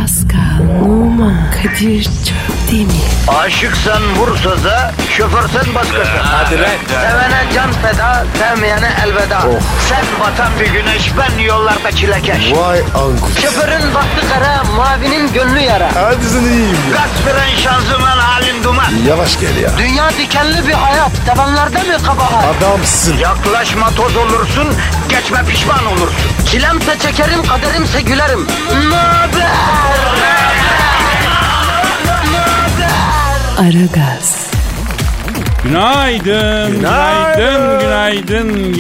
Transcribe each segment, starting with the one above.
Pascal, Oman, Kadir çok değil mi? Aşıksan vursa da, şoförsen başkasın. Hadi lan. Sevene can feda, sevmeyene elveda. Sen batan bir güneş, ben yollarda çilekeş. Vay anku. Şoförün baktı kara, mavinin gönlü yara. Hadi sen iyiyim ya. Kasperen şanzıman halin duman. Yavaş gel ya. Dünya dikenli bir hayat, sevenlerde mi kabahar? Adamsın. Yaklaşma toz olursun, geçme pişman olursun. Çilemse çekerim, kaderimse gülerim. Möber! Aragaz, Günaydın. Günaydın.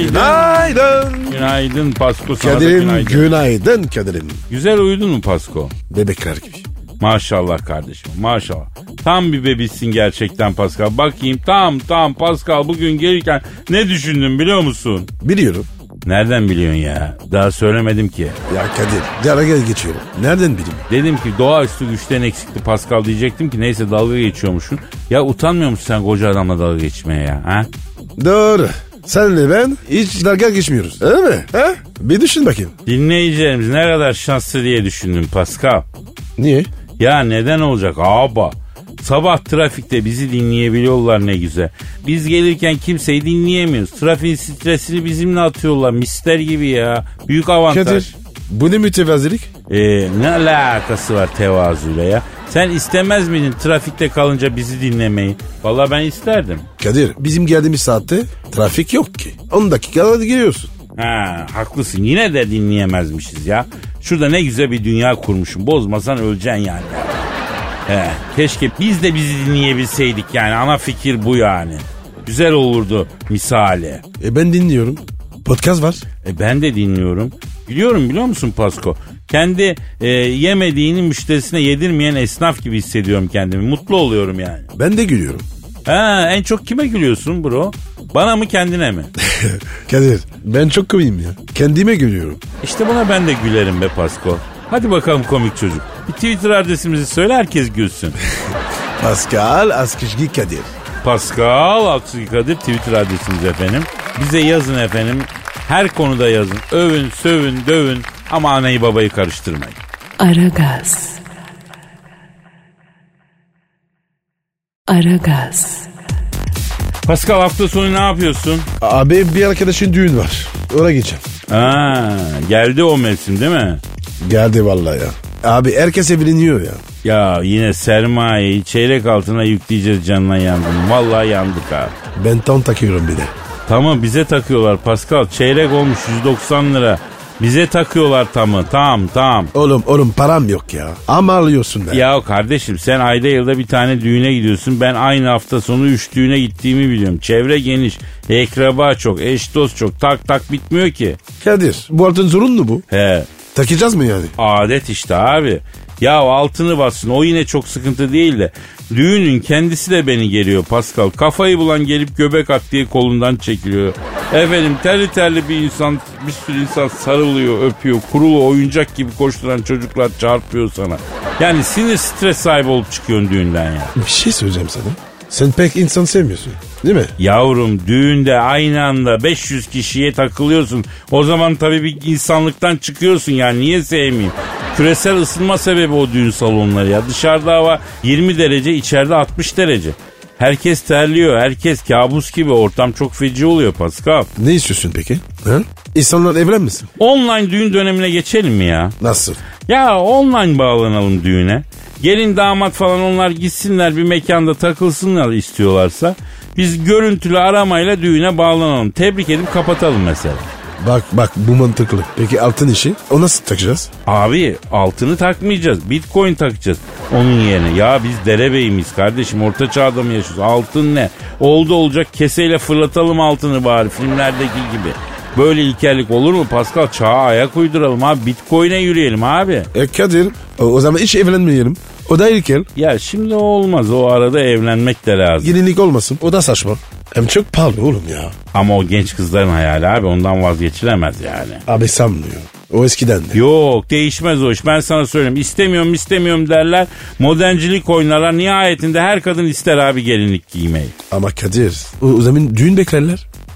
Günaydın Pasko, sana da Kadir'im günaydın. günaydın Kadir'im. Güzel uyudun mu Pasko? Bebekler gibi. Maşallah kardeşim, maşallah. Tam bir bebişsin gerçekten Pascal. Bakayım tam Pascal, bugün gelirken ne düşündün biliyor musun? Biliyorum. Nereden biliyorsun ya? Daha söylemedim ki. Ya Kadir dalga geçiyorum. Nereden bileyim? Dedim ki doğaüstü güçten eksikti Pascal, diyecektim ki neyse dalga geçiyormuşsun. Ya utanmıyor musun sen koca adamla dalga geçmeye ya? Ha? Doğru. Senle ben hiç dalga geçmiyoruz. Öyle mi? Ha? Bir düşün bakayım. Dinleyicilerimiz ne kadar şanslı diye düşündüm Pascal. Niye? Ya neden olacak abi? Sabah trafikte bizi dinleyebiliyorlar, ne güzel. Biz gelirken kimseyi dinleyemiyoruz. Trafiğin stresini bizimle atıyorlar. Mister gibi ya. Büyük avantaj. Kadir bu ne mütevazilik? Ne alakası var tevazuyla ya? Sen istemez miydin trafikte kalınca bizi dinlemeyi? Vallahi ben isterdim. Kadir bizim geldiğimiz saatte trafik yok ki. 10 dakikada giriyorsun. Ha, haklısın. Yine de dinleyemezmişiz ya. Şurada ne güzel bir dünya kurmuşum. Bozmasan öleceksin yani. Keşke biz de bizi dinleyebilseydik yani. Ana fikir bu yani. Güzel olurdu misali. Ben dinliyorum. Podcast var. Ben de dinliyorum. Biliyorum, biliyor musun Pasko? Kendi yemediğini müşterisine yedirmeyen esnaf gibi hissediyorum kendimi. Mutlu oluyorum yani. Ben de gülüyorum. En çok kime gülüyorsun bro? Bana mı, kendine mi? Kadir ben çok komiyim ya. Kendime gülüyorum. İşte buna ben de gülerim be Pasko. Hadi bakalım komik çocuk. Bir Twitter adresimizi söyle, herkes gülsün. Pascal Askışgi Kadir. Pascal Askışgi Kadir Twitter adresimiz efendim. Bize yazın efendim. Her konuda yazın. Övün, sövün, dövün. Ama anayı babayı karıştırmayın. Aragaz. Aragaz. Pascal, hafta sonu ne yapıyorsun? Abi bir arkadaşın düğün var. Oraya gideceğim. Geldi o mevsim değil mi? Geldi vallahi ya. Abi herkes evleniyor ya. Ya yine sermayeyi çeyrek altına yükleyeceğiz, canına yandım. Vallahi yandık abi. Ben ton takıyorum bir de. Tamam, bize takıyorlar Pascal. Çeyrek olmuş 190 lira. Bize takıyorlar tamı. Tamam. Oğlum param yok ya. Ama alıyorsun be. Ya kardeşim, sen ayda yılda bir tane düğüne gidiyorsun. Ben aynı hafta sonu 3 düğüne gittiğimi biliyorum. Çevre geniş. Akraba çok. Eş dost çok. Tak bitmiyor ki. Kadir bu altın zorunlu bu. He. Takacağız mı yani? Adet işte abi. Ya altını bassın, o yine çok sıkıntı değil de düğünün kendisi de beni geriyor Pascal. Kafayı bulan gelip göbek at diye kolundan çekiliyor. Efendim terli bir insan, bir sürü insan sarılıyor, öpüyor. Kurulu oyuncak gibi koşturan çocuklar çarpıyor sana. Yani sinir stres sahibi olup çıkıyorsun düğünden ya. Bir şey söyleyeceğim sana. Sen pek insan sevmiyorsun değil mi? Yavrum, düğünde aynı anda 500 kişiye takılıyorsun. O zaman tabii bir insanlıktan çıkıyorsun yani, niye sevmeyeyim? Küresel ısınma sebebi o düğün salonları ya. Dışarıda hava 20 derece, içeride 60 derece. Herkes terliyor, herkes kabus gibi, ortam çok feci oluyor Pascal. Ne istiyorsun peki? Ha? İnsanlar evlenmesin. Online düğün dönemine geçelim mi ya? Nasıl? Ya online bağlanalım düğüne. Gelin damat falan onlar gitsinler bir mekanda takılsınlar istiyorlarsa. Biz görüntülü aramayla düğüne bağlanalım. Tebrik edip kapatalım mesela. Bak bu mantıklı. Peki altın işi? O nasıl takacağız? Abi altını takmayacağız. Bitcoin takacağız onun yerine. Ya biz derebeyiz kardeşim. Orta çağda mı yaşıyoruz? Altın ne? Oldu olacak keseyle fırlatalım altını bari, filmlerdeki gibi. Böyle ilkellik olur mu Pascal? Çağa ayak uyduralım abi. Bitcoin'e yürüyelim abi. Kadir o zaman hiç evlenmeyelim. O da ilkel. Ya şimdi olmaz. O arada evlenmek de lazım. Yenilik olmasın. O da saçma. Hem çok pahalı oğlum ya. Ama o genç kızların hayali abi. Ondan vazgeçilemez yani. Abi sanmıyor. O eskiden de. Yok, değişmez o iş. Ben sana söyleyeyim. İstemiyorum derler. Moderncilik oynarlar. Nihayetinde her kadın ister abi gelinlik giymeyi. Ama Kadir o zaman düğün beklerler.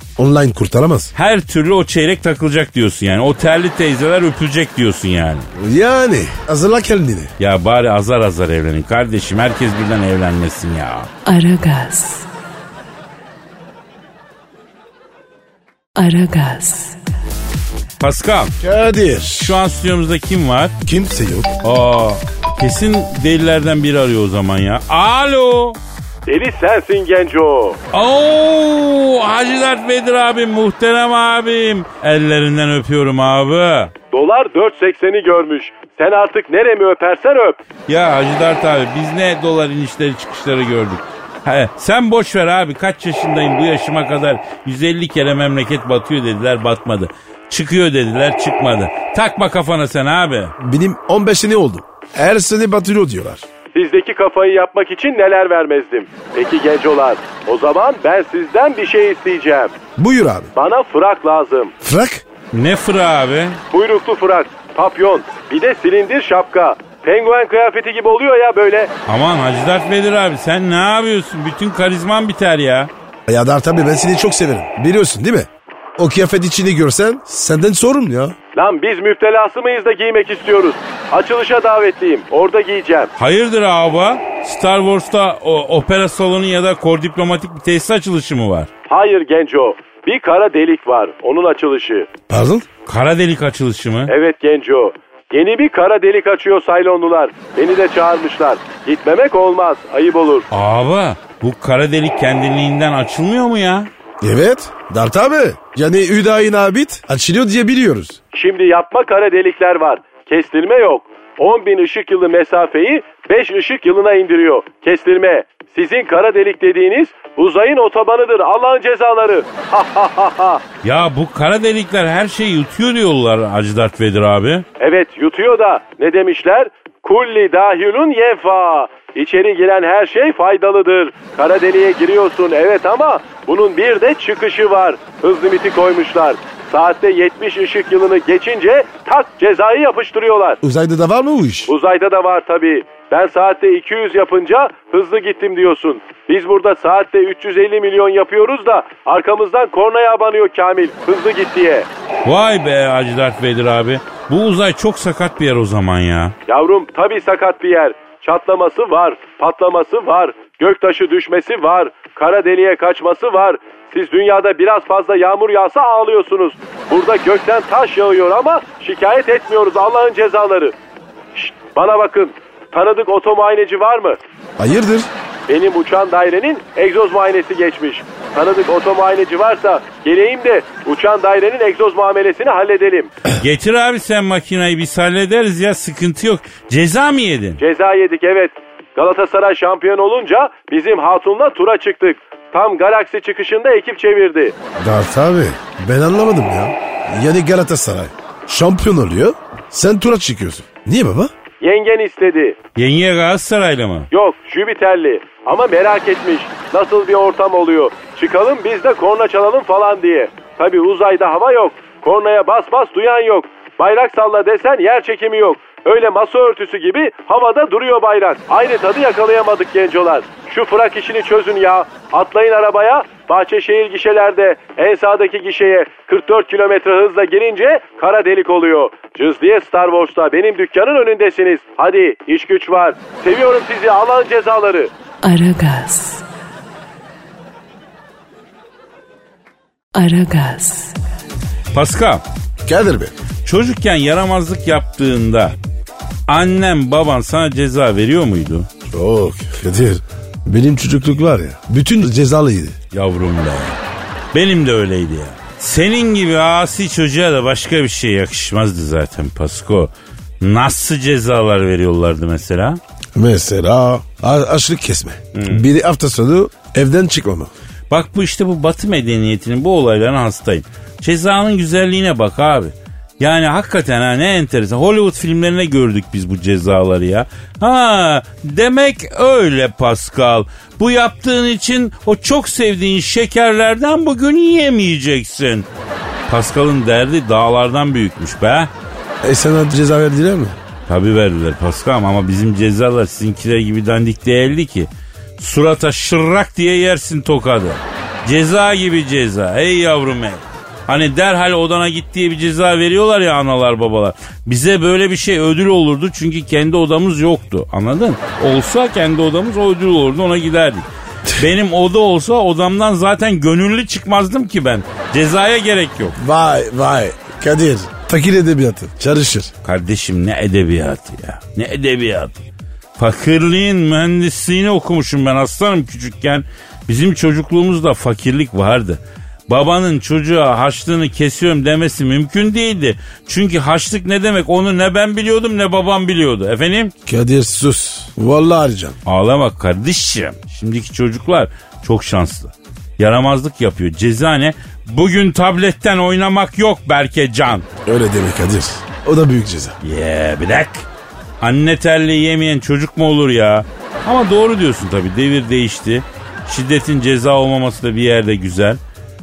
online kurtaramaz. Her türlü o çeyrek takılacak diyorsun yani. O terli teyzeler öpülecek diyorsun yani. Yani hazırla kendini. Ya bari azar azar evlenin kardeşim. Herkes birden evlenmesin ya. Aragaz. Aragaz. Pascal, Kadir. şu an stüdyomuzda kim var? Kimse yok. Aa, kesin delilerden biri arıyor o zaman ya. Alo. Deli sensin Genco. Oo, Hacı Dert Vedir abim, muhterem abim. Ellerinden öpüyorum abi. Dolar 4.80'i görmüş. Sen artık neremi öpersen öp. Ya Hacı Dert abi, biz ne dolar inişleri çıkışları gördük. Sen boş ver abi, kaç yaşındayım, bu yaşıma kadar 150 kere memleket batıyor dediler, batmadı. Çıkıyor dediler, çıkmadı. Takma kafana sen abi. Benim 15 sene oldu. Her sene batırıyor diyorlar. Sizdeki kafayı yapmak için neler vermezdim. Peki Gencolar, o zaman ben sizden bir şey isteyeceğim. Buyur abi. Bana frak lazım. Frak? Ne fıra abi? Kuyruklu frak, papyon, bir de silindir şapka. Penguen kıyafeti gibi oluyor ya böyle. Aman Hacı Dert Vedir abi, sen ne yapıyorsun? Bütün karizman biter ya. Ya Dert abi, ben seni çok severim. Biliyorsun değil mi? O kıyafet içini görsen senden sorun ya. Lan biz müptelası mıyız da giymek istiyoruz. Açılışa davetliyim, orada giyeceğim. Hayırdır abi? Star Wars'ta opera salonu ya da kor diplomatik bir tesis açılışı mı var? Hayır Genco, bir kara delik var, onun açılışı. Pardon? Kara delik açılışı mı? Evet Genco, yeni bir kara delik açıyor Saylonlular. Beni de çağırmışlar. Gitmemek olmaz, ayıp olur. Abi, bu kara delik kendiliğinden açılmıyor mu ya? Evet. Dert abi. Yani Hüdayi Nabit açılıyor diye biliyoruz. Şimdi yapma kara delikler var. Kestirme yok. 10.000 ışık yılı mesafeyi 5 ışık yılına indiriyor. Kestirme. Sizin kara delik dediğiniz uzayın otobanıdır. Allah'ın cezaları. Ya bu kara delikler her şeyi yutuyor diyorlar Hacı Dert Vedir abi. Evet yutuyor da ne demişler? Kulli dahilun yenfa. İçeri giren her şey faydalıdır. Kara deliğe giriyorsun evet ama bunun bir de çıkışı var. Hız limiti koymuşlar. Saatte 70 ışık yılını geçince tak cezayı yapıştırıyorlar. Uzayda da var mı bu iş? Uzayda da var tabii. Ben saatte 200 yapınca hızlı gittim diyorsun. Biz burada saatte 350 milyon yapıyoruz da arkamızdan kornaya abanıyor Kamil. Hızlı git diye. Vay be Hacı Dert Vedir abi. Bu uzay çok sakat bir yer o zaman ya. Yavrum tabii sakat bir yer. Çatlaması var, patlaması var, göktaşı düşmesi var, kara deliğe kaçması var. Siz dünyada biraz fazla yağmur yağsa ağlıyorsunuz. Burada gökten taş yağıyor ama şikayet etmiyoruz, Allah'ın cezaları. Şşt, bana bakın, tanıdık otomuayeneci var mı? Hayırdır? Benim uçan dairenin egzoz muayenesi geçmiş. Tanıdık otomuayeneci varsa geleyim de uçan dairenin egzoz muamelesini halledelim. Getir abi sen makinayı, biz hallederiz ya, sıkıntı yok. Ceza mı yedin? Ceza yedik evet. Galatasaray şampiyon olunca bizim hatunla tura çıktık. Tam galaksi çıkışında ekip çevirdi. Dert abi, ben anlamadım ya. Yani Galatasaray şampiyon oluyor, sen tura çıkıyorsun. Niye baba? Yengen istedi. Yenge Galatasaraylı mı? Yok Jüpiterli ama merak etmiş. Nasıl bir ortam oluyor? Çıkalım biz de korna çalalım falan diye. Tabii uzayda hava yok. Kornaya bas bas duyan yok. Bayrak salla desen yer çekimi yok. Öyle masa örtüsü gibi havada duruyor bayrak. Aynı tadı yakalayamadık gencolar. Şu frak işini çözün ya. Atlayın arabaya. Bahçeşehir gişelerde en sağdaki gişeye 44 kilometre hızla girince kara delik oluyor. Cız diye Star Wars'ta benim dükkanın önündesiniz. Hadi iş güç var. Seviyorum sizi Allah'ın cezaları. Aragaz. Aragaz. Pascal, Kadir Bey. çocukken yaramazlık yaptığında annem baban sana ceza veriyor muydu? Çok Kadir. Benim çocukluk var ya, bütün cezalıydı. Yavrum be. Benim de öyleydi ya. Senin gibi asi çocuğa da başka bir şey yakışmazdı zaten Pasko. Nasıl cezalar veriyorlardı mesela? Mesela açlık kesme. Biri hafta sonu evden çıkmama. Bak bu işte bu Batı medeniyetinin bu olaylarına hastayım. Cezanın güzelliğine bak abi. Yani hakikaten ha, ne enteresan. Hollywood filmlerine gördük biz bu cezaları ya. Ha demek öyle Pascal. Bu yaptığın için o çok sevdiğin şekerlerden bugün yiyemeyeceksin. Pascal'ın derdi dağlardan büyükmüş be. Sana ceza verdiler mi? Tabii verdiler Pascal ama bizim cezalar sizinkiler gibi dandik değildi ki. Surata şırrak diye yersin tokadı. Ceza gibi ceza. Ey yavrum ey. Hani derhal odana git diye bir ceza veriyorlar ya analar babalar. Bize böyle bir şey ödül olurdu çünkü kendi odamız yoktu. Anladın? Olsa kendi odamız o ödül olurdu, ona giderdik. Benim oda olsa odamdan zaten gönüllü çıkmazdım ki ben. Cezaya gerek yok. Vay Kadir. Fakir edebiyatı çalışır. Kardeşim ne edebiyatı ya. Ne edebiyatı. Fakirliğin mühendisliğini okumuşum ben aslanım küçükken. Bizim çocukluğumuzda fakirlik vardı. Babanın çocuğa harçlığını kesiyorum demesi mümkün değildi. Çünkü harçlık ne demek onu ne ben biliyordum ne babam biliyordu. Efendim? Kadir sus. Vallahi arayacağım. Ağlama kardeşim. Şimdiki çocuklar çok şanslı. Yaramazlık yapıyor. Ceza ne? Bugün tabletten oynamak yok Berkecan. Öyle deme Kadir. O da büyük ceza. Bırak. Anne terliği yemeyen çocuk mu olur ya? Ama doğru diyorsun tabii, devir değişti. Şiddetin ceza olmaması da bir yerde güzel.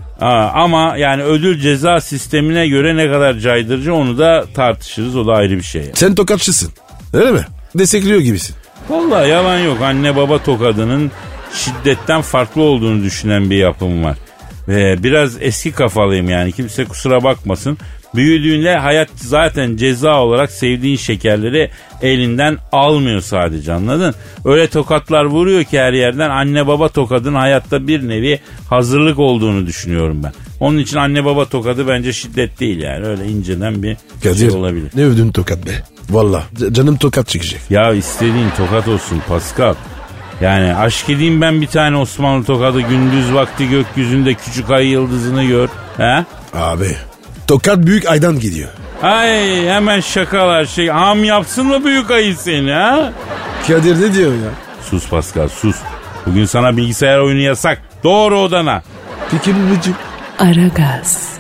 Ama yani ödül ceza sistemine göre ne kadar caydırıcı onu da tartışırız, o da ayrı bir şey. Yani. Sen tokatçısın öyle mi? Destekliyor gibisin. Vallahi yalan yok, anne baba tokadının şiddetten farklı olduğunu düşünen bir yapım var. Biraz eski kafalıyım yani, kimse kusura bakmasın. Büyüdüğünde hayat zaten ceza olarak sevdiğin şekerleri elinden almıyor sadece, anladın? Öyle tokatlar vuruyor ki her yerden, anne baba tokadının hayatta bir nevi hazırlık olduğunu düşünüyorum ben. Onun için anne baba tokadı bence şiddet değil yani, öyle inceden bir Kadir, şey olabilir. ne övdün tokat be. Valla canım tokat çıkacak. Ya istediğin tokat olsun Pascal. Yani aşk edeyim ben bir tane Osmanlı tokadı, gündüz vakti gökyüzünde küçük ay yıldızını gör. He? Abi tokat büyük aydan gidiyor. Ay hemen şakalar şey. Ham yapsın mı büyük ayı seni ha? Kadir ne diyor ya? Sus Pascal sus. Bugün sana bilgisayar oyunu yasak. Doğru odana. Peki babacığım. Aragaz.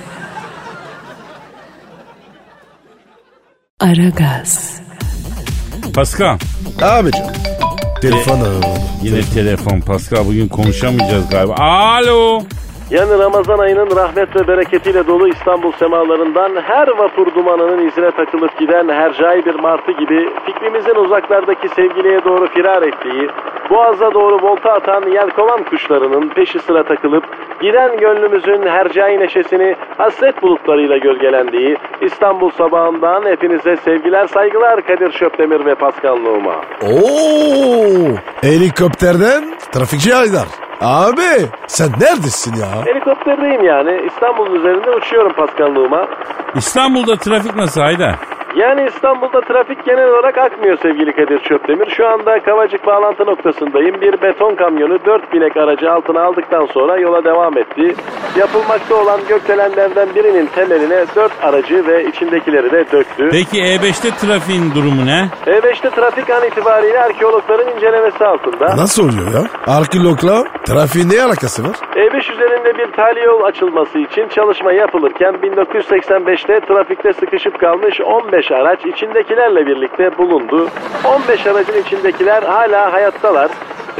Aragaz. Pascal. Abicim. Telefon Yine telefon Pascal, bugün konuşamayacağız galiba. Alo. Yani Ramazan ayının rahmet ve bereketiyle dolu İstanbul semalarından her vapur dumanının izine takılıp giden hercai bir martı gibi fikrimizin uzaklardaki sevgiliye doğru firar ettiği, boğaza doğru volta atan yelkovan kuşlarının peşi sıra takılıp giden gönlümüzün hercai neşesini hasret bulutlarıyla gölgelendiği İstanbul sabahından hepinize sevgiler saygılar Kadir Şöpdemir ve Pascal Numa. Oo, helikopterden trafikçi Haydar. Abi sen neredesin ya? Helikopterdeyim yani. İstanbul'un üzerinde uçuyorum Pascal Numa. İstanbul'da trafik nasıl Haydar? Yani İstanbul'da trafik genel olarak akmıyor sevgili Kadir Çöpdemir. Şu anda Kavacık bağlantı noktasındayım. Bir beton kamyonu 4 binek aracı altına aldıktan sonra yola devam etti. Yapılmakta olan gökdelenlerden birinin temeline 4 aracı ve içindekileri de döktü. Peki E5'te trafiğin durumu ne? E5'te trafik an itibariyle arkeologların incelemesi altında. Nasıl oluyor ya? Arkeologla trafiğin ne alakası var? E5 üzerinde bir tali yol açılması için çalışma yapılırken 1985'te trafikte sıkışıp kalmış 15 araç içindekilerle birlikte bulundu. 15 aracın içindekiler hala hayattalar.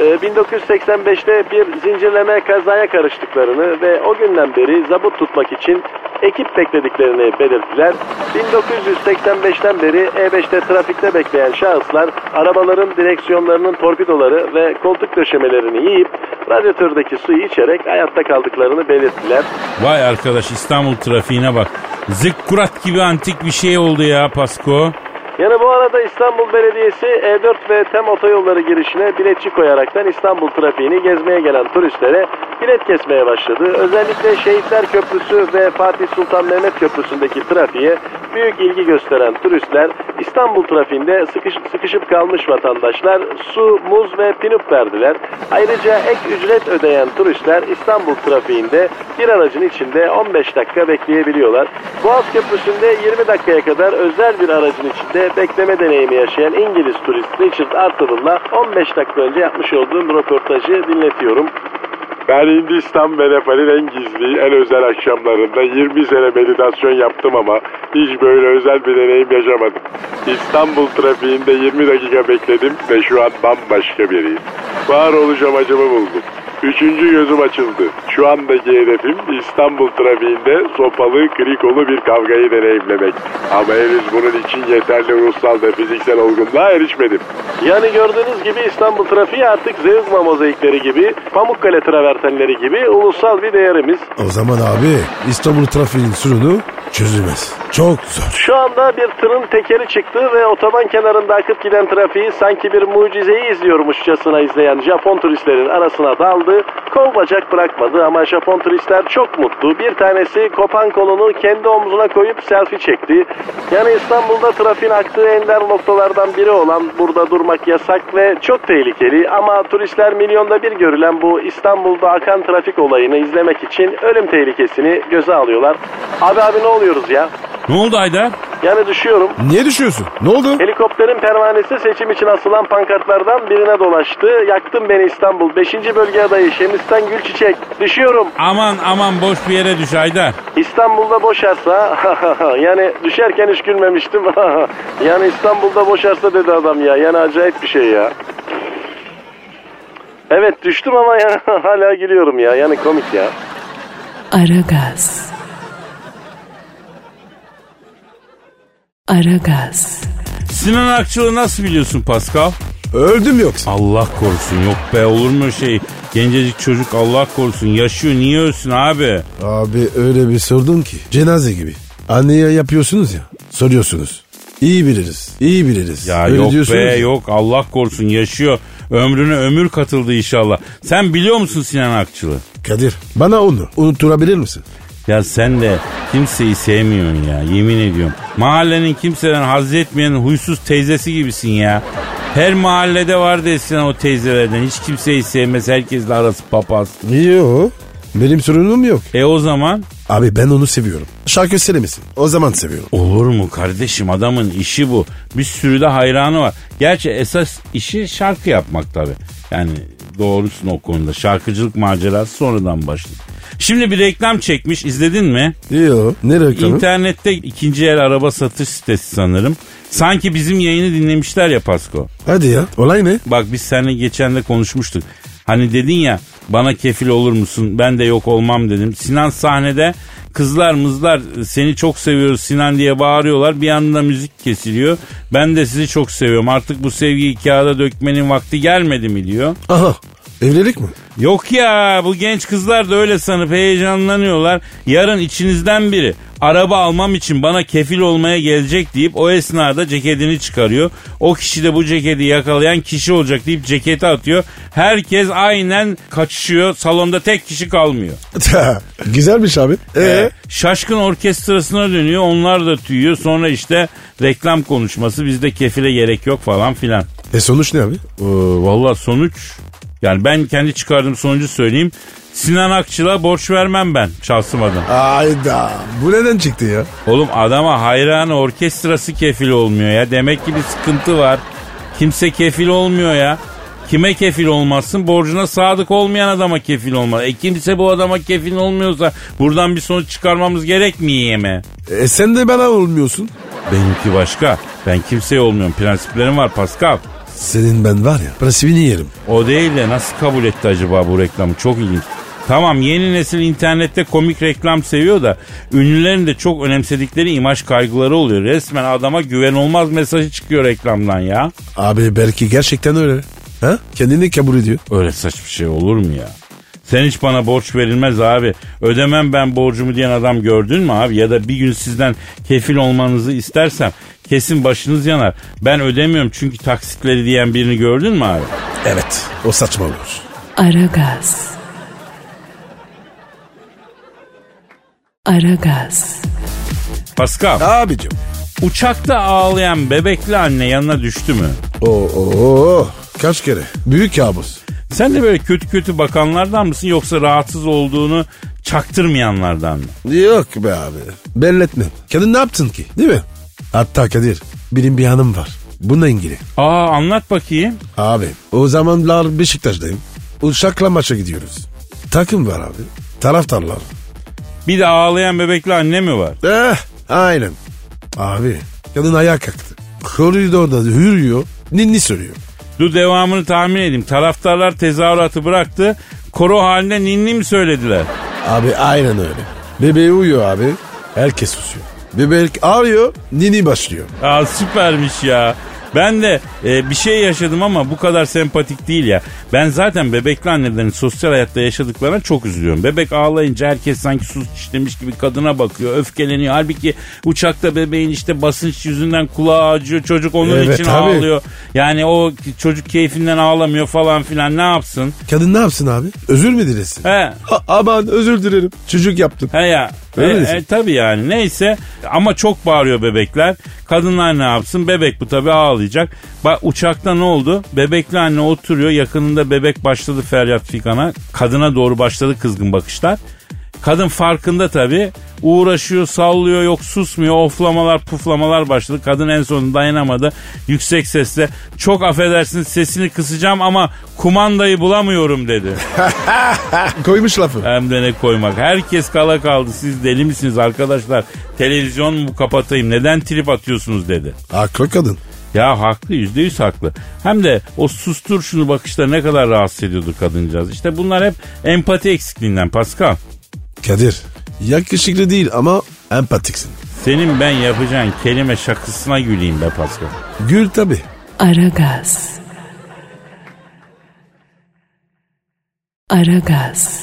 1985'te bir zincirleme kazaya karıştıklarını ve o günden beri zabıt tutmak için ekip beklediklerini belirttiler. 1985'ten beri E5'te trafikte bekleyen şahıslar arabaların direksiyonlarının torpidoları ve koltuk döşemelerini yiyip radyatördeki suyu içerek hayatta kaldıklarını belirttiler. Vay arkadaş, İstanbul trafiğine bak. Zıkkurat gibi antik bir şey oldu ya Pasko. Yani bu arada İstanbul Belediyesi E4 ve TEM otoyolları girişine biletçi koyaraktan İstanbul trafiğini gezmeye gelen turistlere bilet kesmeye başladı. Özellikle Şehitler Köprüsü ve Fatih Sultan Mehmet Köprüsü'ndeki trafiğe büyük ilgi gösteren turistler İstanbul trafiğinde sıkışıp kalmış vatandaşlar su, muz ve pinup verdiler. Ayrıca ek ücret ödeyen turistler İstanbul trafiğinde bir aracın içinde 15 dakika bekleyebiliyorlar. Boğaz Köprüsü'nde 20 dakikaya kadar özel bir aracın içinde bekleme deneyimi yaşayan İngiliz turist Richard Arthur'la 15 dakika önce yapmış olduğum röportajı dinletiyorum. Ben Hindistan ve Nepal'in en gizli, en özel akşamlarında 20 sene meditasyon yaptım ama hiç böyle özel bir deneyim yaşamadım. İstanbul trafiğinde 20 dakika bekledim ve şu an bambaşka biriyim. Varoluş amacımı buldum. Üçüncü gözüm açıldı. Şu andaki hedefim İstanbul trafiğinde sopalı, krikolu bir kavgayı deneyimlemek. Ama henüz bunun için yeterli ruhsal ve fiziksel olgunluğa erişmedim. Yani gördüğünüz gibi İstanbul trafiği artık Zeugma mozaikleri gibi, Pamukkale travertenleri gibi ulusal bir değerimiz. O zaman abi İstanbul trafiğinin sorunu çözülmez. Çok zor. Şu anda bir tırın tekeri çıktı ve otoban kenarında akıp giden trafiği sanki bir mucizeyi izliyormuşçasına izleyen Japon turistlerin arasına daldı. Kol bacak bırakmadı ama Japon turistler çok mutlu. Bir tanesi kopan kolunu kendi omzuna koyup selfie çekti. Yani İstanbul'da trafiğin aktığı ender noktalardan biri olan burada durmak yasak ve çok tehlikeli. Ama turistler milyonda bir görülen bu İstanbul'da akan trafik olayını izlemek için ölüm tehlikesini göze alıyorlar. Abi ne oluyoruz ya? Ne oldu Haydar? Yani düşüyorum. Niye düşüyorsun? Ne oldu? Helikopterin pervanesi seçim için asılan pankartlardan birine dolaştı. Yaktın beni İstanbul. 5. bölge adayı Şemis'ten Gülçiçek. Düşüyorum. Aman boş bir yere düş Haydar. İstanbul'da boşarsa yani düşerken hiç gülmemiştim. Yani İstanbul'da boşarsa dedi adam ya. Yani acayip bir şey ya. Evet düştüm ama yani hala gülüyorum ya. Yani komik ya. Aragaz. Aragaz. Sinan Akçıl'ı nasıl biliyorsun Pascal? Öldüm yoksa. Allah korusun, yok be, olur mu şey? Gencecik çocuk, Allah korusun, yaşıyor, niye ölsün abi? Abi öyle bir sordun ki cenaze gibi. Anneye yapıyorsunuz ya, soruyorsunuz. İyi biliriz. Ya öyle yok diyorsunuz be ya. yok, Allah korusun, yaşıyor. Ömrüne ömür katıldı inşallah. Sen biliyor musun Sinan Akçıl'ı? Kadir bana onu unutturabilir misin? Ya sen de kimseyi sevmiyorsun ya, yemin ediyorum. Mahallenin kimseden haz etmeyen huysuz teyzesi gibisin ya. Her mahallede vardı eskiden o teyzelerden. Hiç kimseyi sevmez, herkesle arası papaz. Yok, benim sorunum yok. O zaman? Abi ben onu seviyorum. Şarkı söylemesin. O zaman seviyorum. Olur mu kardeşim, adamın işi bu. Bir sürü de hayranı var. Gerçi esas işi şarkı yapmak tabii. Yani doğrusun o konuda. Şarkıcılık macerası sonradan başladı. Şimdi bir reklam çekmiş, izledin mi? Yok, ne reklamı? İnternette ikinci el araba satış sitesi sanırım. Sanki bizim yayını dinlemişler ya Pasko. Hadi ya, olay ne? Bak biz seninle geçen de konuşmuştuk. Hani dedin ya, bana kefil olur musun? Ben de yok olmam dedim. Sinan sahnede kızlar mızlar seni çok seviyoruz Sinan diye bağırıyorlar. Bir anda müzik kesiliyor. Ben de sizi çok seviyorum. Artık bu sevgiyi kağıda dökmenin vakti gelmedi mi diyor. Aha, evlilik mi? Yok ya, bu genç kızlar da öyle sanıp heyecanlanıyorlar. Yarın içinizden biri araba almam için bana kefil olmaya gelecek deyip o esnada ceketini çıkarıyor. O kişi de bu ceketi yakalayan kişi olacak deyip ceketi atıyor. Herkes aynen kaçışıyor. Salonda tek kişi kalmıyor. Güzelmiş abi. Şaşkın orkestrasına dönüyor. Onlar da tüyüyor. Sonra işte reklam konuşması. Bizde kefile gerek yok falan filan. Sonuç ne abi? Vallahi sonuç... Yani ben kendi çıkardığım sonucu söyleyeyim. Sinan Akçıl'a borç vermem ben şahsım adım. Ayda, bu neden çıktı ya? Oğlum adama hayranı orkestrası kefil olmuyor ya. Demek ki bir sıkıntı var. Kimse kefil olmuyor ya. Kime kefil olmazsın? Borcuna sadık olmayan adama kefil olmaz. Kimse bu adama kefil olmuyorsa buradan bir sonuç çıkarmamız gerekmiyor mi? Sen de bana olmuyorsun. Benimki başka. Ben kimseye olmuyorum. Prensiplerim var Pascal. Senin ben var ya, prensibini yerim. O değil de nasıl kabul etti acaba bu reklamı? Çok ilginç. Tamam, yeni nesil internette komik reklam seviyor da ünlülerin de çok önemsedikleri imaj kaygıları oluyor. Resmen adama güven olmaz mesajı çıkıyor reklamdan ya. Abi belki gerçekten öyle. Ha? Kendini kabul ediyor. Öyle saçma şey olur mu ya? Sen hiç bana borç verilmez abi. Ödemem ben borcumu diyen adam gördün mü abi? Ya da bir gün sizden kefil olmanızı istersem kesin başınız yanar. Ben ödemiyorum çünkü taksitleri diyen birini gördün mü abi? Evet, o saçma olur. Aragaz. Aragaz. Pascal, Abicim. uçakta ağlayan bebekli anne yanına düştü mü? Kaç kere? Büyük kabus. Sen de böyle kötü kötü bakanlardan mısın yoksa rahatsız olduğunu çaktırmayanlardan mı? Yok be abi. Belletmem. Kadın ne yaptın ki? Değil mi? Hatta Kadir, benim bir hanım var. Bununla ilgili. Anlat bakayım. Abi o zamanlar Beşiktaş'tayım. Uçakla maça gidiyoruz. Takım var abi. Taraftarlar. Bir de ağlayan bebekli anne mi var? Aynen. Abi kadın ayağa kalktı. Koridorda hürüyor. Ninni söylüyor. Dur devamını tahmin edeyim. Taraftarlar tezahüratı bıraktı. koro halinde ninni mi söylediler? Abi aynen öyle. Bebeği uyuyor abi. Herkes susuyor. Bebek ağrıyor. Nini başlıyor. Aa, süpermiş ya. Ben de bir şey yaşadım ama bu kadar sempatik değil ya. Ben zaten bebekli annelerin sosyal hayatta yaşadıklarına çok üzülüyorum. Bebek ağlayınca herkes sanki suç işlemiş gibi kadına bakıyor, öfkeleniyor. Halbuki uçakta bebeğin işte basınç yüzünden kulağı acıyor. Çocuk onun Evet, için tabii. ağlıyor. Yani o çocuk keyfinden ağlamıyor falan filan, ne yapsın? Kadın ne yapsın abi? Özür mü dilesin? He. Aman özür dilerim. Çocuk yaptım. He ya. Öyle misin? Tabii yani neyse ama çok bağırıyor bebekler. Kadınlar ne yapsın? Bebek bu tabii ağlayacak. Bak uçakta ne oldu? Bebekli anne oturuyor, yakınında bebek başladı feryat fikana. Kadına doğru başladı kızgın bakışlar. Kadın farkında tabii. Uğraşıyor, sallıyor, yok susmuyor. Oflamalar, puflamalar başladı. Kadın en sonunda dayanamadı. Yüksek sesle çok affedersiniz sesini kısacağım ama kumandayı bulamıyorum dedi. Koymuş lafı. Hem de ne koymak. Herkes kala kaldı. Siz deli misiniz arkadaşlar? Televizyon mu kapatayım? Neden trip atıyorsunuz dedi. Haklı kadın. Ya haklı, %100 haklı. Hem de o sustur şunu bakışları ne kadar rahatsız ediyordu kadıncağız. İşte bunlar hep empati eksikliğinden Pascal. Kadir yakışıklı değil ama empatiksin. Senin ben yapacağın kelime şakasına güleyim be Pascal. Gül tabi. Aragaz. Aragaz.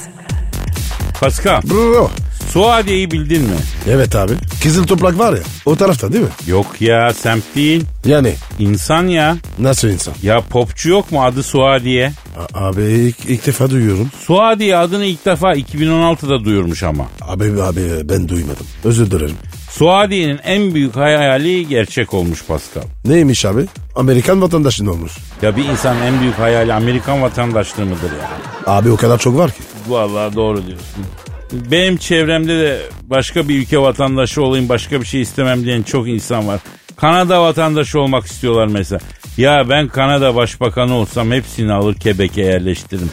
Pascal, Bro. Suadiye'yi bildin mi? Evet abi. Kızıl toprak var ya o tarafta değil mi? Yok ya, semt değil. Yani İnsan ya. nasıl insan? Ya popçu yok mu adı Suadiye? Abi ilk defa duyuyorum. Suadiye adını ilk defa 2016'da duyurmuş ama. Abi ben duymadım. Özür dilerim. Suadiye'nin en büyük hayali gerçek olmuş Pascal. Neymiş abi? Amerikan vatandaşı ne olmuş? Ya bir insanın en büyük hayali Amerikan vatandaşlığı mıdır ya? Abi o kadar çok var ki. Vallahi doğru diyorsun. Benim çevremde de başka bir ülke vatandaşı olayım, başka bir şey istemem diyen çok insan var. Kanada vatandaşı olmak istiyorlar mesela. Ya ben Kanada başbakanı olsam hepsini alır Quebec'e yerleştiririm.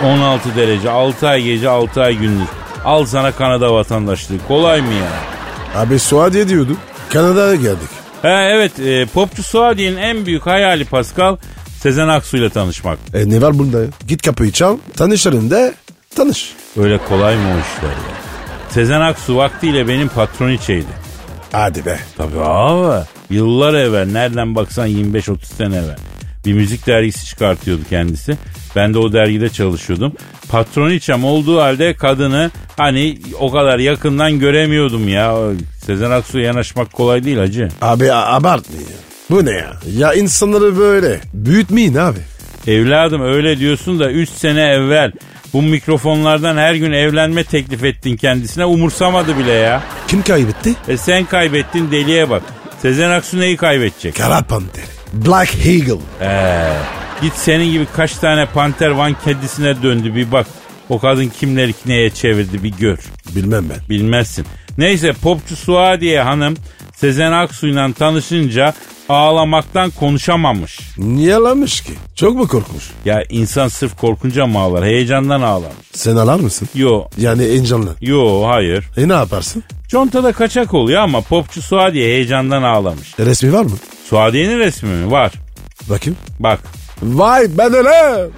16 derece, 6 ay gece, 6 ay gündüz. Al sana Kanada vatandaşlığı. Kolay mı ya? Abi Suadiye diyordum. Kanada'ya geldik. Evet, popçu Suadiye'nin en büyük hayali Pascal, Sezen Aksu ile tanışmak. Ne var bunda ya? Git kapıyı çal. Tanışalım de tanış. Öyle kolay mı o işler ya? Sezen Aksu vaktiyle benim patroniçeydi. Hadi be. Tabii abi. Yıllar evvel, nereden baksan 25-30 sene evvel. Bir müzik dergisi çıkartıyordu kendisi. Ben de o dergide çalışıyordum. Patroniçem olduğu halde kadını hani o kadar yakından göremiyordum ya. Sezen Aksu'ya yanaşmak kolay değil hacı. Abi abartmayın ya. Bu ne ya? Ya insanları böyle büyütmeyin abi. Evladım öyle diyorsun da 3 sene evvel bu mikrofonlardan her gün evlenme teklif ettin kendisine, umursamadı bile ya. Kim kaybetti? Sen kaybettin, deliye bak. Sezen Aksu neyi kaybedecek? Kara Panter. Black Eagle. Git senin gibi kaç tane panter van kedisine döndü bir bak. O kadın kimleri neye çevirdi bir gör. Bilmem ben. Bilmezsin. Neyse, popçu Suadiye hanım Sezen Aksu'yla tanışınca ağlamaktan konuşamamış. Niye ağlamış ki? Çok mu korkmuş? Ya insan sırf korkunca mı ağlar? Heyecandan ağlamış. Sen ağlar mısın? Yo. Yani heyecanlı. Yo, hayır. Ne yaparsın? Contada kaçak oluyor ama popçu Suadiye heyecandan ağlamış. Resmi var mı? Suadiye'nin resmi mi? Var. Bakayım. Bak. Vay ben öyle.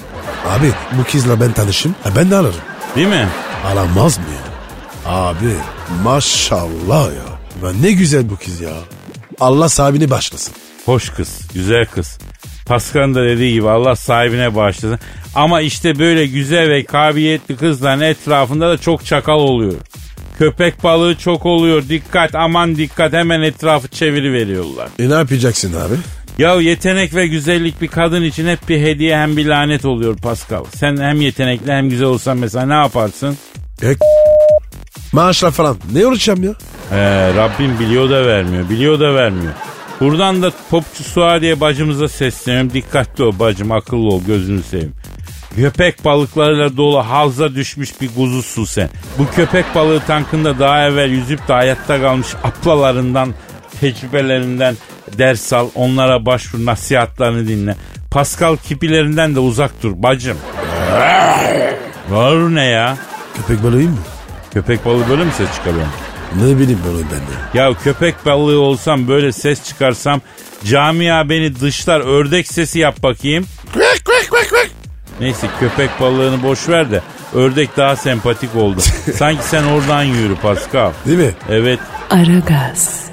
Abi bu kızla ben tanışayım. Ben de alırım. Değil mi? Alamaz mı ya? Abi maşallah ya. Ben ne güzel bu kız ya. Allah sahibini başlasın. Hoş kız, güzel kız. Pascal'ın da dediği gibi Allah sahibine bağışlasın. Ama işte böyle güzel ve kabiliyetli kızların etrafında da çok çakal oluyor. Köpek balığı çok oluyor. Dikkat, aman dikkat, hemen etrafı çeviriveriyorlar. Ne yapacaksın abi? Ya yetenek ve güzellik bir kadın için hep bir hediye hem bir lanet oluyor Pascal. Sen hem yetenekli hem güzel olsan mesela ne yaparsın? Maaşla falan ne uğraşacağım ya? Rabbim biliyor da vermiyor, biliyor da vermiyor. Buradan da popçu Suadiye bacımıza sesleniyorum. Dikkatli ol bacım, akıllı ol, gözünü seveyim. Köpek balıklarıyla dolu havza düşmüş bir kuzusun sen. Bu köpek balığı tankında daha evvel yüzüp de hayatta kalmış aplalarından, tecrübelerinden ders al. Onlara başvur, nasihatlarını dinle. Pascal kipilerinden de uzak dur bacım. Var ne ya? Köpek balığıyım mı? Köpek balığı böyle mi ses çıkarıyor? Ne bileyim balığım ben de. Ya köpek balığı olsam, böyle ses çıkarsam camia beni dışlar, ördek sesi yap bakayım. Neyse köpek balığını boş ver de Ördek daha sempatik oldu. Sanki sen oradan yürü Pascal. Değil mi? Evet. Aragaz.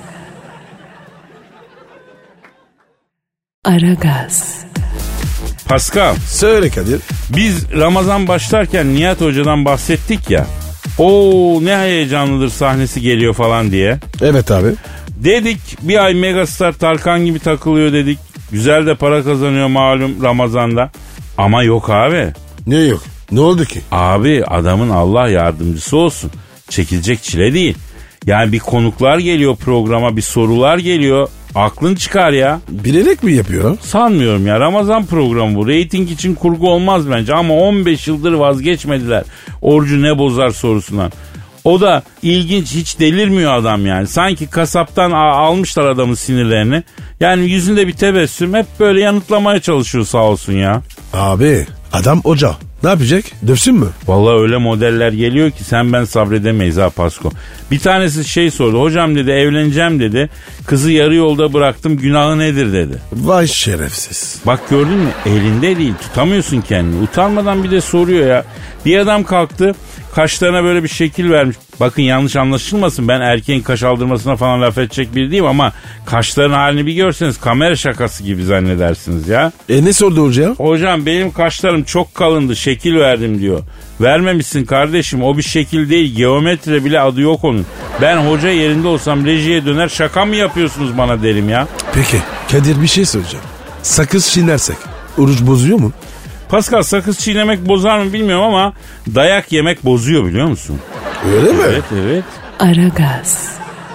Aragaz. Pascal, Söyle Kadir. biz Ramazan başlarken Nihat Hoca'dan bahsettik ya. Oo ne heyecanlıdır sahnesi geliyor falan diye. Evet abi. Dedik bir ay megastar Tarkan gibi takılıyor dedik. Güzel de para kazanıyor malum Ramazan'da. Ama yok abi. Ne yok? Ne oldu ki? Abi adamın Allah yardımcısı olsun. Çekilecek çile değil. Yani bir konuklar geliyor programa, bir sorular geliyor. Aklın çıkar ya. Bilerek mi yapıyor? Sanmıyorum ya. Ramazan programı bu. Reyting için kurgu olmaz bence. Ama 15 yıldır vazgeçmediler. Orucu ne bozar sorusundan. O da ilginç, hiç delirmiyor adam yani. Sanki kasaptan almışlar adamın sinirlerini. Yani yüzünde bir tebessüm, hep böyle yanıtlamaya çalışıyor sağ olsun ya. Abi adam hoca. Ne yapacak? Dövsün mü? Vallahi öyle modeller geliyor ki sen ben sabredemeyiz ha Pasko. Bir tanesi şey sordu. Hocam dedi evleneceğim dedi. Kızı yarı yolda bıraktım, günahı nedir dedi. Vay şerefsiz. Bak gördün mü, elinde değil, tutamıyorsun kendini. Utanmadan bir de soruyor ya. Bir adam kalktı, kaşlarına böyle bir şekil vermiş. Bakın yanlış anlaşılmasın, ben erkeğin kaş aldırmasına falan laf edecek biri değilim ama kaşların halini bir görseniz kamera şakası gibi zannedersiniz ya. Ne sordu hoca? Hocam benim kaşlarım çok kalındı, şekil verdim diyor. Vermemişsin kardeşim, o bir şekil değil, geometri bile adı yok onun. Ben hoca yerinde olsam rejiye döner, şaka mı yapıyorsunuz bana derim ya. Peki Kadir bir şey soracağım. Sakız çiğnersek oruç bozuyor mu? Pascal, sakız çiğnemek bozar mı bilmiyorum ama dayak yemek bozuyor biliyor musun? Öyle mi? Evet evet. Aragaz.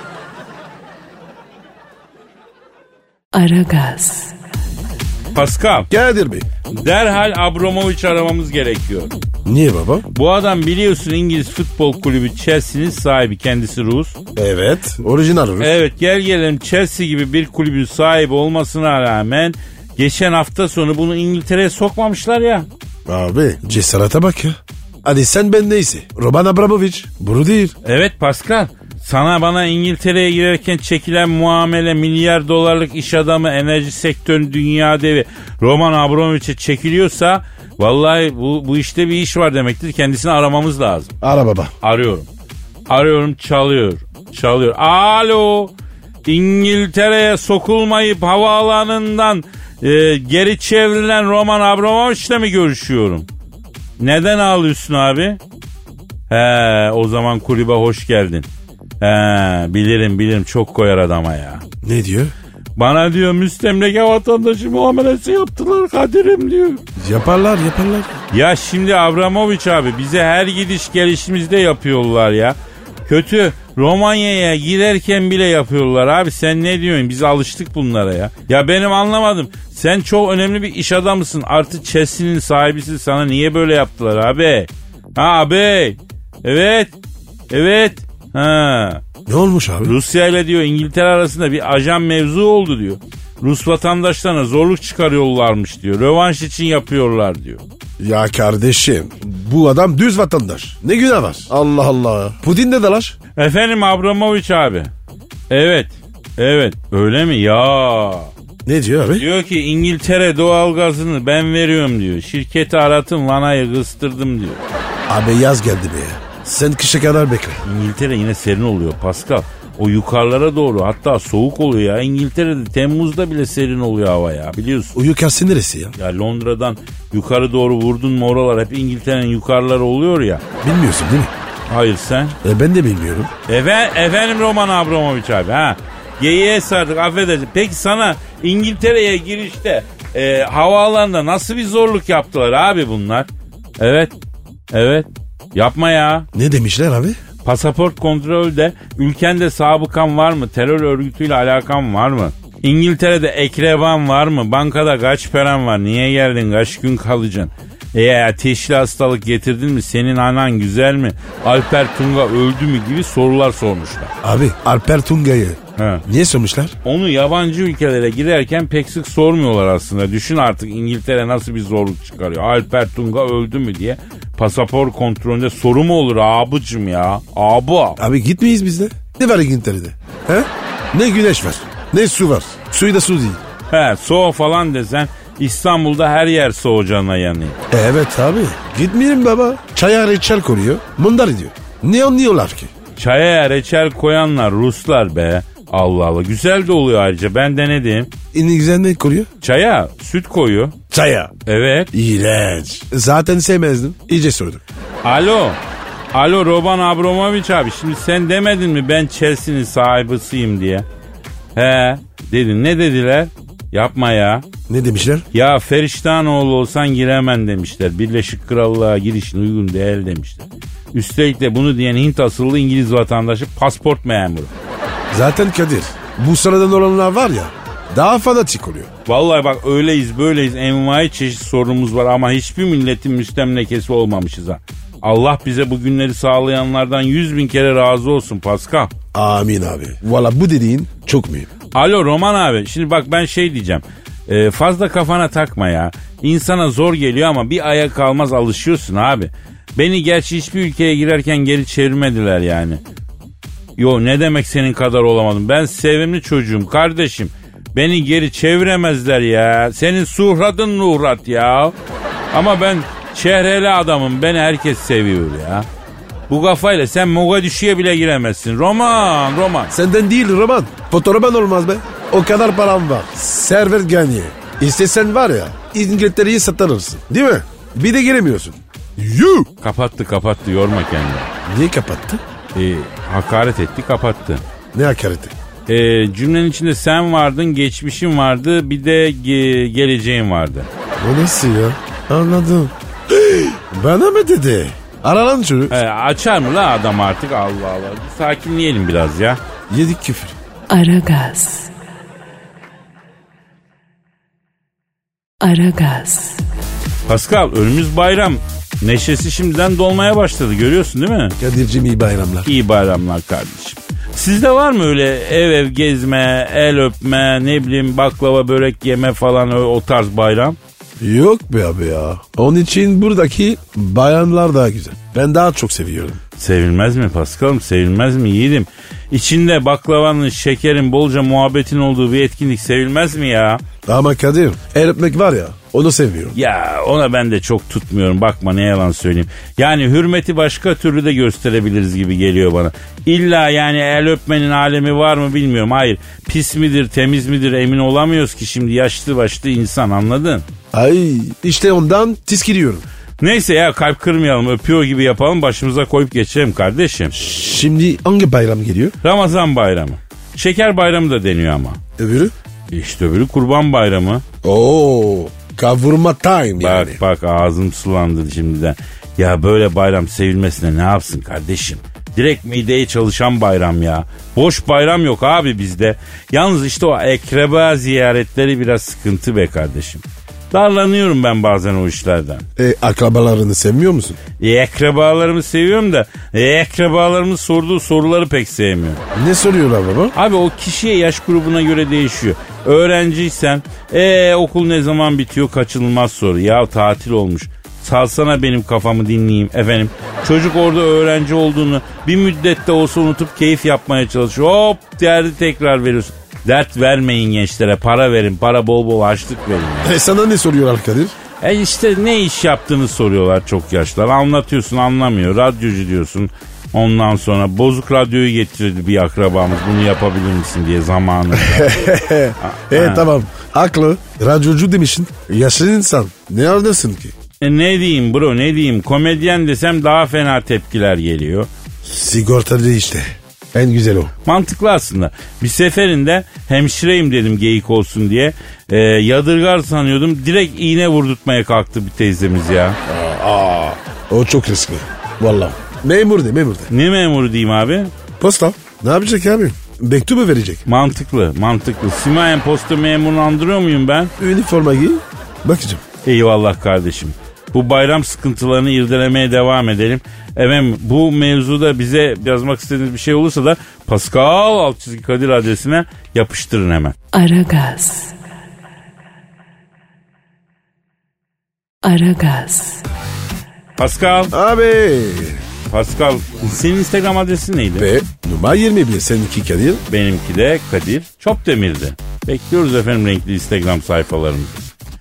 Aragaz. Pascal, Kadir Bey. derhal Abramovich aramamız gerekiyor. Niye baba? Bu adam biliyorsun İngiliz futbol kulübü Chelsea'nin sahibi, kendisi Rus. Evet. Orijinal Rus. Evet, gel gelelim Chelsea gibi bir kulübün sahibi olmasına rağmen geçen hafta sonu bunu İngiltere'ye sokmamışlar ya. Abi cesarete bak ya. Hadi sen ben neyse. Roman Abramovich. Bunu değil. Evet Pascal, sana bana İngiltere'ye girerken çekilen muamele milyar dolarlık iş adamı, enerji sektörünün dünya devi Roman Abramovich'e çekiliyorsa vallahi bu işte bir iş var demektir. Kendisini aramamız lazım. Ara baba. Arıyorum, çalıyor. Alo, İngiltere'ye sokulmayıp havaalanından geri çevrilen Roman Abramovich'le mi görüşüyorum? Neden ağlıyorsun abi? He, o zaman kulübe hoş geldin. He, bilirim çok koyar adama ya. Ne diyor? Bana diyor müstemleke vatandaşı muamelesi yaptılar Kadir'im diyor. Yaparlar. Ya şimdi Abramovich abi bize her gidiş gelişimizde yapıyorlar ya. Kötü Romanya'ya giderken bile yapıyorlar abi, sen ne diyorsun, biz alıştık bunlara ya. Ya benim anlamadım, sen çok önemli bir iş adamısın, artık Chelsea'nin sahibisin, sana niye böyle yaptılar abi? Ha abi, evet ha. Ne olmuş abi? Rusya ile diyor İngiltere arasında bir ajan mevzu oldu diyor. Rus vatandaşlarına zorluk çıkarıyorlarmış diyor. Rövanş için yapıyorlar diyor. Ya kardeşim bu adam düz vatandaş. Ne günah var? Allah Allah. Putin de dalar. Efendim Abramovich abi. Evet öyle mi ya? Ne diyor abi? Diyor ki İngiltere doğalgazını ben veriyorum diyor. Şirketi aratın, vanayı kıstırdım diyor. Abi yaz geldi be ya. Sen kışa kadar bekle. İngiltere yine serin oluyor Pascal. O yukarılara doğru, hatta soğuk oluyor ya. İngiltere'de Temmuz'da bile serin oluyor hava ya, biliyorsun. Uyukarsın neresi ya? Ya Londra'dan yukarı doğru vurdun mu oralar hep İngiltere'nin yukarıları oluyor ya. Bilmiyorsun değil mi? Hayır sen? Ben de bilmiyorum. Efendim Roman Abramovich abi ha. Geyiğe sardık, affedersin. Peki sana İngiltere'ye girişte havaalanında nasıl bir zorluk yaptılar abi bunlar? Evet. Yapma ya. Ne demişler abi? Pasaport kontrolde ülkende sabıkan var mı? Terör örgütüyle alakan var mı? İngiltere'de ekreban var mı? Bankada kaç paran var? Niye geldin? Kaç gün kalacaksın? Ateşli hastalık getirdin mi? Senin anan güzel mi? Alper Tunga öldü mü gibi sorular sormuşlar. Abi Alper Tunga'yı niye sormuşlar? Onu yabancı ülkelere girerken pek sık sormuyorlar aslında. Düşün artık İngiltere nasıl bir zorluk çıkarıyor. Alper Tunga öldü mü diye pasaport kontrolünde soru mu olur abicim ya? Abi gitmeyiz biz de. Ne var İngiltere'de? He? Ne güneş var, ne su var. Suyu da su değil. Soğuk falan desen İstanbul'da her yer soğucana yanıyor. Evet abi. Gitmeyelim baba. Çaya reçel koruyor. Mundar ediyor. Ne anlıyorlar ki? Çaya reçel koyanlar Ruslar be. Allah Allah. Güzel de oluyor ayrıca. Ben denedim. Ne güzel ne koruyor? Çaya süt koyuyor. Çaya. Evet. İğrenç. Zaten sevmezdim. İyice sordum. Alo. Alo Roman Abramovich abi. Şimdi sen demedin mi ben Chelsea'nin sahibisiyim diye? He dedin. Ne dediler? Yapma ya. Ne demişler? Ya Feriştahanoğlu olsan giremen demişler. Birleşik Krallığa girişin uygun değil demişler. Üstelik de bunu diyen Hint asıllı İngiliz vatandaşı pasport memuru. Zaten Kadir. Bu sıradan olanlar var ya daha fanatik oluyor. Vallahi bak öyleyiz böyleyiz envai çeşit sorunumuz var ama hiçbir milletin müstemlekesi olmamışız ha. Allah bize bu günleri sağlayanlardan 100.000 kere razı olsun Pascal. Amin abi. Valla bu dediğin çok mühim. Alo Roman abi şimdi bak ben şey diyeceğim. Fazla kafana takma ya. İnsana zor geliyor ama bir aya kalmaz alışıyorsun abi. Beni gerçi hiçbir ülkeye girerken geri çevirmediler yani. Yo ne demek senin kadar olamadım. Ben sevimli çocuğum kardeşim. Beni geri çeviremezler ya. Senin suhradın nuhrat ya. Ama ben şehreli adamım. Beni herkes seviyor ya. Bu kafayla sen Mogadishu'ya bile giremezsin. Roman. Senden değil Roman. Fotoğrafın olmaz be. O kadar param var. Servet Ganye. İstesen var ya İngiltere'yi satarırsın. Değil mi? Bir de giremiyorsun. Yuh! Kapattı yorma kendini. Niye kapattı? Hakaret etti kapattı. Ne hakareti? Cümlenin içinde sen vardın, geçmişin vardı, bir de geleceğin vardı. O nasıl ya? Anladım. Bana mı dedi? Ara lan çocuk. Açar mı la adam artık Allah Allah. Sakinleyelim biraz ya. Yedik küfür. Aragaz. Aragaz. Pascal önümüz bayram. Neşesi şimdiden dolmaya başladı görüyorsun değil mi? Kadir'cim iyi bayramlar. İyi bayramlar kardeşim. Sizde var mı öyle ev gezme, el öpme, ne bileyim baklava börek yeme falan o tarz bayram? Yok be abi ya. Onun için buradaki bayramlar daha güzel. Ben daha çok seviyorum. Sevilmez mi Paskal'ım sevilmez mi yiğidim? İçinde baklavanın şekerin bolca muhabbetin olduğu bir etkinlik sevilmez mi ya? Ama Kadir el öpmek var ya onu seviyorum. Ya ona ben de çok tutmuyorum bakma ne yalan söyleyeyim. Yani hürmeti başka türlü de gösterebiliriz gibi geliyor bana. İlla yani el öpmenin alemi var mı bilmiyorum. Hayır pis midir temiz midir emin olamıyoruz ki şimdi yaşlı başlı insan anladın? Ay işte ondan tiskiliyorum. Neyse ya kalp kırmayalım öpüyor gibi yapalım başımıza koyup geçelim kardeşim. Şimdi hangi bayram geliyor? Ramazan bayramı. Şeker bayramı da deniyor ama. Öbürü? İşte öbürü kurban bayramı. Oo, kavurma time yani. Bak ağzım sulandı şimdiden. Ya böyle bayram sevilmesine ne yapsın kardeşim? Direkt mideye çalışan bayram ya. Boş bayram yok abi bizde. Yalnız işte o ekreba ziyaretleri biraz sıkıntı be kardeşim. Darlanıyorum ben bazen o işlerden. Akrabalarını sevmiyor musun? Akrabalarımı seviyorum da akrabalarımın sorduğu soruları pek sevmiyorum. Ne soruyorlar baba? Abi o kişiye yaş grubuna göre değişiyor. Öğrenciysen okul ne zaman bitiyor kaçınılmaz soru. Ya tatil olmuş. Salsana benim kafamı dinleyeyim efendim. Çocuk orada öğrenci olduğunu bir müddette olsa unutup keyif yapmaya çalışıyor. Hop derdi tekrar veriyorsun. Dert vermeyin gençlere para verin para bol bol harçlık verin. Sana ne soruyorlar Kadir? İşte ne iş yaptığını soruyorlar çok yaşlılar. Anlatıyorsun anlamıyor radyocu diyorsun. Ondan sonra bozuk radyoyu getirdi bir akrabamız bunu yapabilir misin diye zamanında. Tamam haklı radyocu demişsin yaşlı insan ne anlasın ki? Ne diyeyim bro ne diyeyim komedyen desem daha fena tepkiler geliyor. Sigortalı işte en güzel o. Mantıklı aslında. Bir seferinde hemşireyim dedim geyik olsun diye. Yadırgar sanıyordum. Direkt iğne vurdurtmaya kalktı bir teyzemiz ya. O çok riskli. Vallahi. Memur de. Ne memuru diyeyim abi? Posta. Ne yapacak abi? Mektubu verecek. Mantıklı. Simayen posta memurunu andırıyor muyum ben? Üniforma giy. Bakacağım. Eyvallah kardeşim. Bu bayram sıkıntılarını irdelemeye devam edelim. Efendim bu mevzuda bize yazmak istediğiniz bir şey olursa da Pascal _Kadir adresine yapıştırın hemen. Aragaz. Pascal. Abi. Pascal senin Instagram adresin neydi? Ve numara 21 seninki Kadir. Benimki de Kadir Çopdemir'di. Bekliyoruz efendim renkli Instagram sayfalarımızı.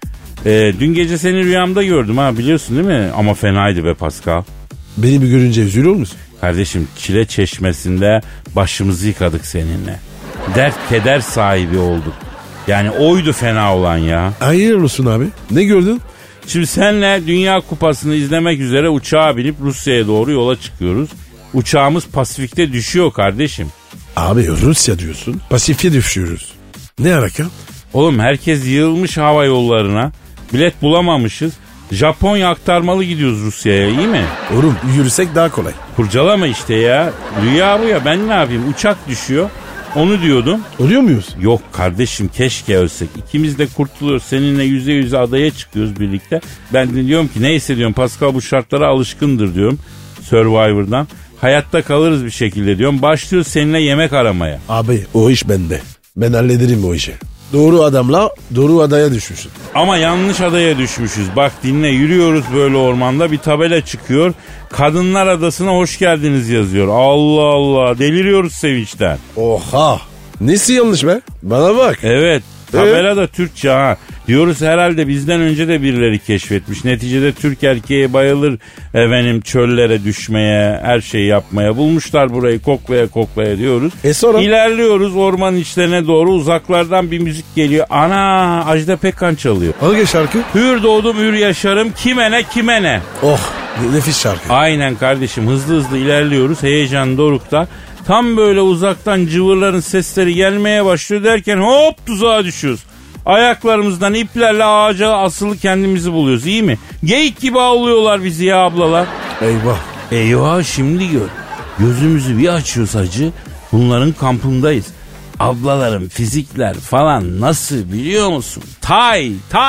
Dün gece seni rüyamda gördüm ha, biliyorsun değil mi? Ama fenaydı be Pascal. Beni bir görünce üzülür müsün? Kardeşim, çile çeşmesinde başımızı yıkadık seninle. Dert keder sahibi olduk. Yani oydu fena olan ya. Hayır olsun abi. Ne gördün? Şimdi senle Dünya Kupası'nı izlemek üzere uçağa binip Rusya'ya doğru yola çıkıyoruz. Uçağımız Pasifik'te düşüyor kardeşim. Abi Rusya diyorsun. Pasifik'e düşüyoruz. Ne alaka? Oğlum herkes yığılmış hava yollarına. Bilet bulamamışız. Japonya aktarmalı gidiyoruz Rusya'ya, iyi mi? Oğlum yürüsek daha kolay. Kurcalama işte ya. Rüya bu ya, ben ne yapayım? Uçak düşüyor. Onu diyordum. Oluyor muyuz? Yok kardeşim, keşke ölsek. İkimiz de kurtuluyoruz. Seninle yüze adaya çıkıyoruz birlikte. Ben de diyorum ki neyse diyorum, Pascal bu şartlara alışkındır diyorum. Survivor'dan. Hayatta kalırız bir şekilde diyorum. Başlıyoruz seninle yemek aramaya. Abi o iş bende. Ben hallederim o işi. Doğru adamla doğru adaya düşmüşsün. Ama yanlış adaya düşmüşüz. Bak dinle, yürüyoruz böyle ormanda, bir tabela çıkıyor. Kadınlar Adası'na hoş geldiniz yazıyor. Allah Allah, deliriyoruz sevinçten. Oha. Nesi yanlış be? Bana bak. Evet, tabela da Türkçe ha. Diyoruz herhalde bizden önce de birileri keşfetmiş. Neticede Türk erkeği bayılır efendim çöllere düşmeye, her şeyi yapmaya. Bulmuşlar burayı koklaya koklaya diyoruz. Sonra? İlerliyoruz ormanın içlerine doğru, uzaklardan bir müzik geliyor. Ana, Ajda Pekkan çalıyor. Hangi şarkı? Hür doğdum hür yaşarım, kime ne kime ne. Oh nefis şarkı. Aynen kardeşim, hızlı hızlı ilerliyoruz, heyecan dorukta. Tam böyle uzaktan cıvırların sesleri gelmeye başlıyor derken hop tuzağa düşüyoruz. Ayaklarımızdan iplerle ağaca asılı kendimizi buluyoruz, iyi mi? Geyik gibi avlıyorlar bizi ya ablalar. Eyvah. Eyvah, şimdi gör. Gözümüzü bir açıyoruz hacı, bunların kampındayız. Ablalarım fizikler falan nasıl biliyor musun? Tay.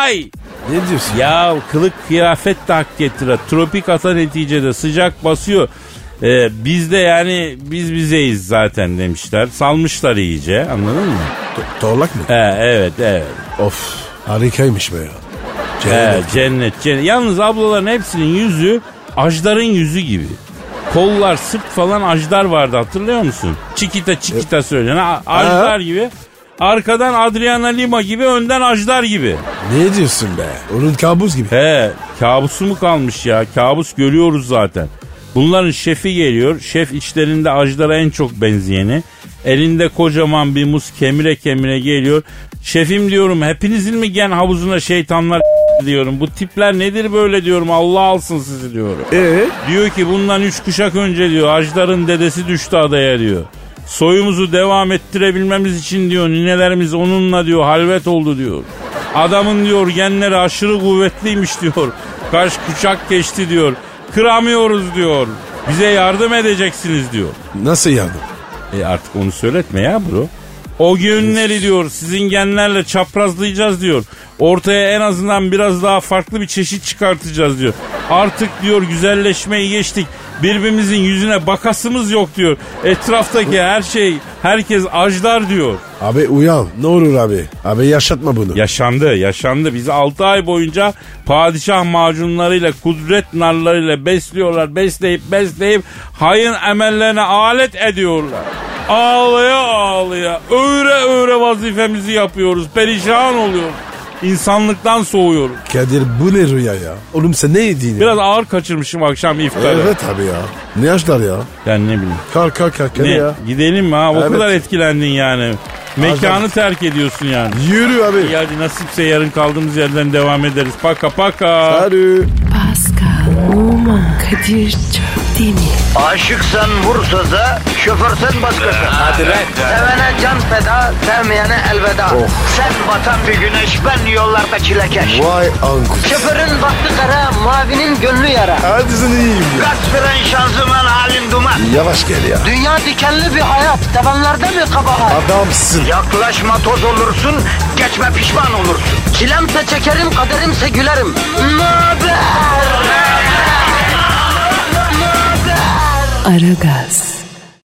Ne diyorsun? Ya kılık kıyafet de hak getirir. Tropik ata neticede, sıcak basıyor. Biz de yani biz bizeyiz zaten demişler. Salmışlar iyice, anladın mı? Torlak mı? Evet. Of harikaymış be ya. Cennet. Yalnız ablaların hepsinin yüzü ajdarın yüzü gibi. Kollar, sırt falan ajdar vardı, hatırlıyor musun? Çikita söylenen ajdar gibi. Arkadan Adriana Lima gibi, önden ajdar gibi. Ne diyorsun be? Onun kabus gibi. Kabusu mu kalmış ya? Kabus görüyoruz zaten. Bunların şefi geliyor. Şef içlerinde ajdara en çok benzeyeni. Elinde kocaman bir muz kemire kemire geliyor. Şefim diyorum, hepinizin mi gen havuzuna şeytanlar diyorum. Bu tipler nedir böyle diyorum, Allah alsın sizi diyorum. Diyor ki bundan 3 kuşak önce diyor ajdarın dedesi düştü adaya diyor. Soyumuzu devam ettirebilmemiz için diyor ninelerimiz onunla diyor halvet oldu diyor. Adamın diyor genleri aşırı kuvvetliymiş diyor. Kaç kuşak geçti diyor. Kıramıyoruz diyor. Bize yardım edeceksiniz diyor. Nasıl yardım? Artık onu söyletme ya bro. O günleri diyor sizin genlerle çaprazlayacağız diyor. Ortaya en azından biraz daha farklı bir çeşit çıkartacağız diyor. Artık diyor güzelleşmeyi geçtik. Birbirimizin yüzüne bakasımız yok diyor. Etraftaki her şey, herkes ajdar diyor. Abi uyan, ne olur abi. Abi yaşatma bunu. Yaşandı. Bizi 6 ay boyunca padişah macunlarıyla, kudret narlarıyla besliyorlar. Besleyip hayın emellerine alet ediyorlar. Ağlaya öğre vazifemizi yapıyoruz. Perişan oluyoruz. İnsanlıktan soğuyoruz. Kadir bu ne rüya ya? Oğlum sen ne yedin ya? Biraz ağır kaçırmışım akşam iftarı. Evet abi ya. Ne yaşlar ya? Ben ne bileyim. Kalk Ne? ya. Gidelim mi ha? O Evet. kadar etkilendin yani. Mekanı Azam. terk ediyorsun yani. Yürü abi. İyi hadi, nasipse yarın kaldığımız yerden devam ederiz. Paka. Salut. Pascal, Oman, Kadir çok değil mi? Aşıksan vursa da, şoförsen başkasın. Hadi lan. Sevene can feda, sevmeyene elveda. Sen batan bir güneş, ben yollarda çilekeş. Vay anku. Şoförün baktı kara, mavinin gönlü yara. Hadi sen iyiyim ya. Kasperen şanzıman halin duman. Yavaş gel ya. Dünya dikenli bir hayat, sevenlerde mi kabahar? Adamsın. Yaklaşma toz olursun, geçme pişman olursun. Çilemse çekerim, kaderimse gülerim. Möber! Aragaz.